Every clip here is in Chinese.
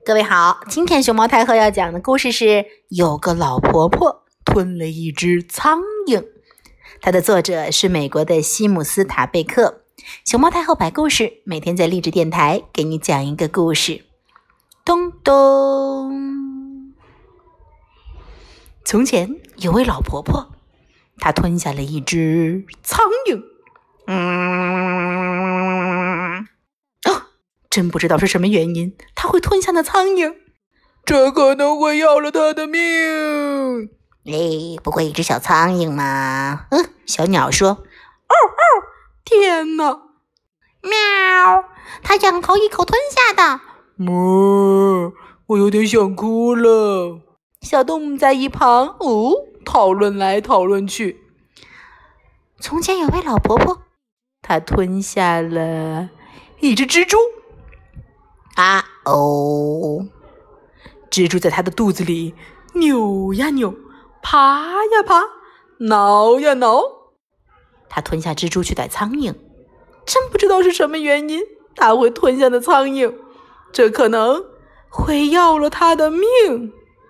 各位好，今天熊猫太后要讲的故事是有个老婆婆吞了一只苍蝇。它的作者是美国的西姆斯塔贝克。熊猫太后摆故事，每天在励志电台给你讲一个故事。咚咚。从前有位老婆婆，她吞下了一只苍蝇。真不知道是什么原因，他会吞下那苍蝇，这可能会要了他的命。不过一只小苍蝇嘛。小鸟说：哦哦，天哪！喵，他仰头一口吞下的。我有点想哭了。小动物在一旁讨论来讨论去。从前有位老婆婆，她吞下了一只蜘蛛。蜘蛛在他的肚子里扭呀扭，爬呀爬，挠呀挠。他吞下蜘蛛去逮苍蝇，真不知道是什么原因他会吞下的苍蝇，这可能会要了他的命。喵！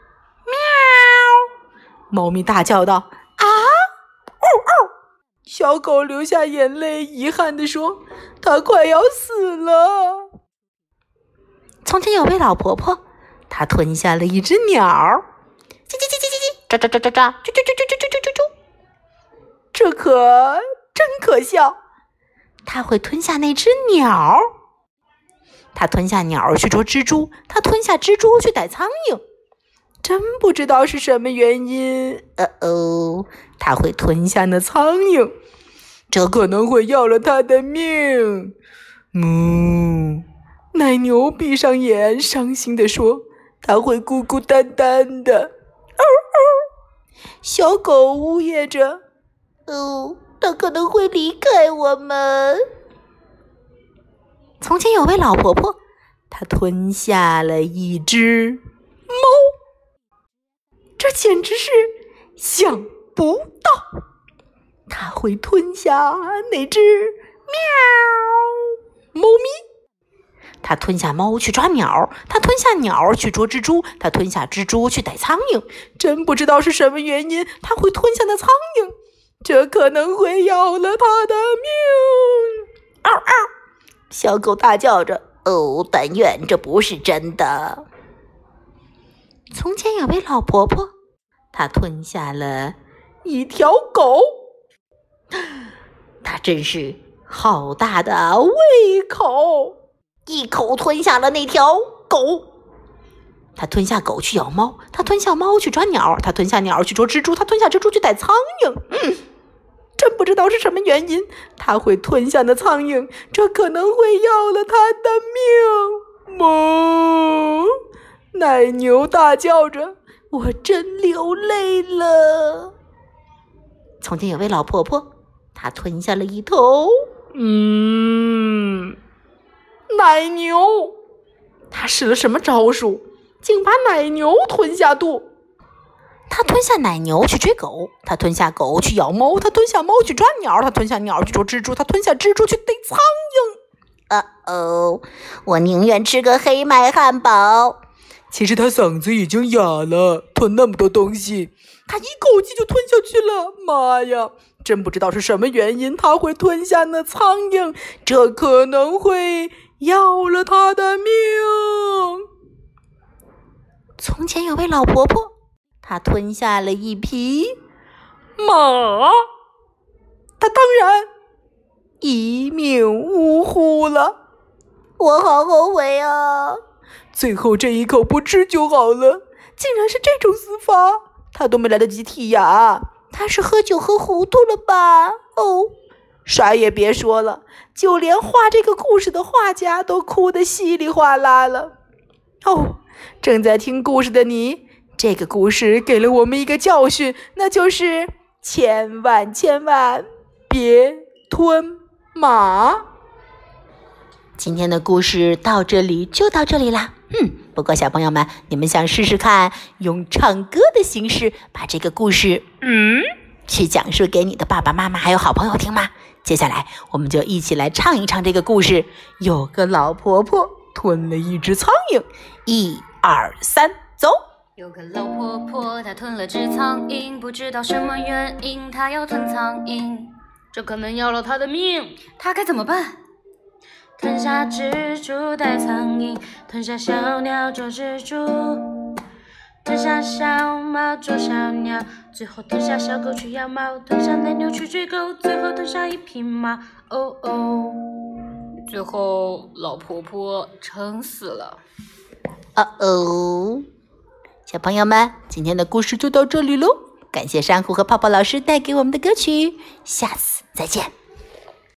猫咪大叫道：小狗流下眼泪，遗憾地说：它快要死了。从前有位老婆婆，她吞下了一只鸟。叽叽叽叽叽叽，喳喳喳喳喳，啾啾啾啾啾啾啾啾。这可真可笑，她会吞下那只鸟。她吞下鸟去捉蜘蛛，她吞下蜘蛛去逮苍蝇，真不知道是什么原因。她会吞下那苍蝇，这可能会要了她的命。奶牛闭上眼，伤心地说：它会孤孤单单的。小狗呜咽着：它可能会离开我们。从前有位老婆婆，她吞下了一只猫，这简直是想不到。她会吞下那只猫咪。他吞下猫去抓鸟，他吞下鸟去捉蜘蛛，他吞下蜘蛛去逮苍蝇，真不知道是什么原因他会吞下那苍蝇，这可能会要了他的命。小狗大叫着：但愿这不是真的。从前有位老婆婆，她吞下了一条狗，她真是好大的胃口，一口吞下了那条狗。他吞下狗去咬猫，他吞下猫去抓鸟，他吞下鸟去捉蜘蛛，他吞下蜘蛛去逮苍蝇。真不知道是什么原因他会吞下那苍蝇，这可能会要了他的命。奶牛大叫着：我真流泪了。从前有位老婆婆，她吞下了一头奶牛。他使了什么招数，竟把奶牛吞下肚？他吞下奶牛去追狗，他吞下狗去咬猫，他吞下猫去抓鸟，他吞下鸟去捉蜘蛛，他吞下蜘蛛去逮苍蝇。我宁愿吃个黑麦汉堡。其实他嗓子已经哑了，吞那么多东西，他一口气就吞下去了。妈呀，真不知道是什么原因他会吞下那苍蝇，这可能会要了他的命。从前有位老婆婆，她吞下了一匹马，她当然一命呜呼了。我好后悔啊，最后这一口不吃就好了，竟然是这种死法，她都没来得及剔牙，她是喝酒喝糊涂了吧？啥也别说了，就连画这个故事的画家都哭得稀里哗啦了。正在听故事的你，这个故事给了我们一个教训，那就是千万别吞马。今天的故事到这里就到这里啦。不过小朋友们，你们想试试看用唱歌的形式把这个故事去讲述给你的爸爸妈妈还有好朋友听吗？接下来我们就一起来唱一唱这个故事。有个老婆婆吞了一只苍蝇。1、2、3，走！ 有个老婆婆，她吞了只苍蝇，不知道什么原因，她要吞苍蝇，这可能要了她的命，她该怎么办？吞下蜘蛛带苍蝇，吞下小鸟捉蜘蛛，吞下小猫捉小鸟，最后吞下小狗去咬猫，吞下奶牛去追狗，最后吞下一匹马。哦哦，最后老婆婆撑死了。 哦，小朋友们，今天的故事就到这里喽。感谢珊瑚和泡泡老师带给我们的歌曲，下次再见。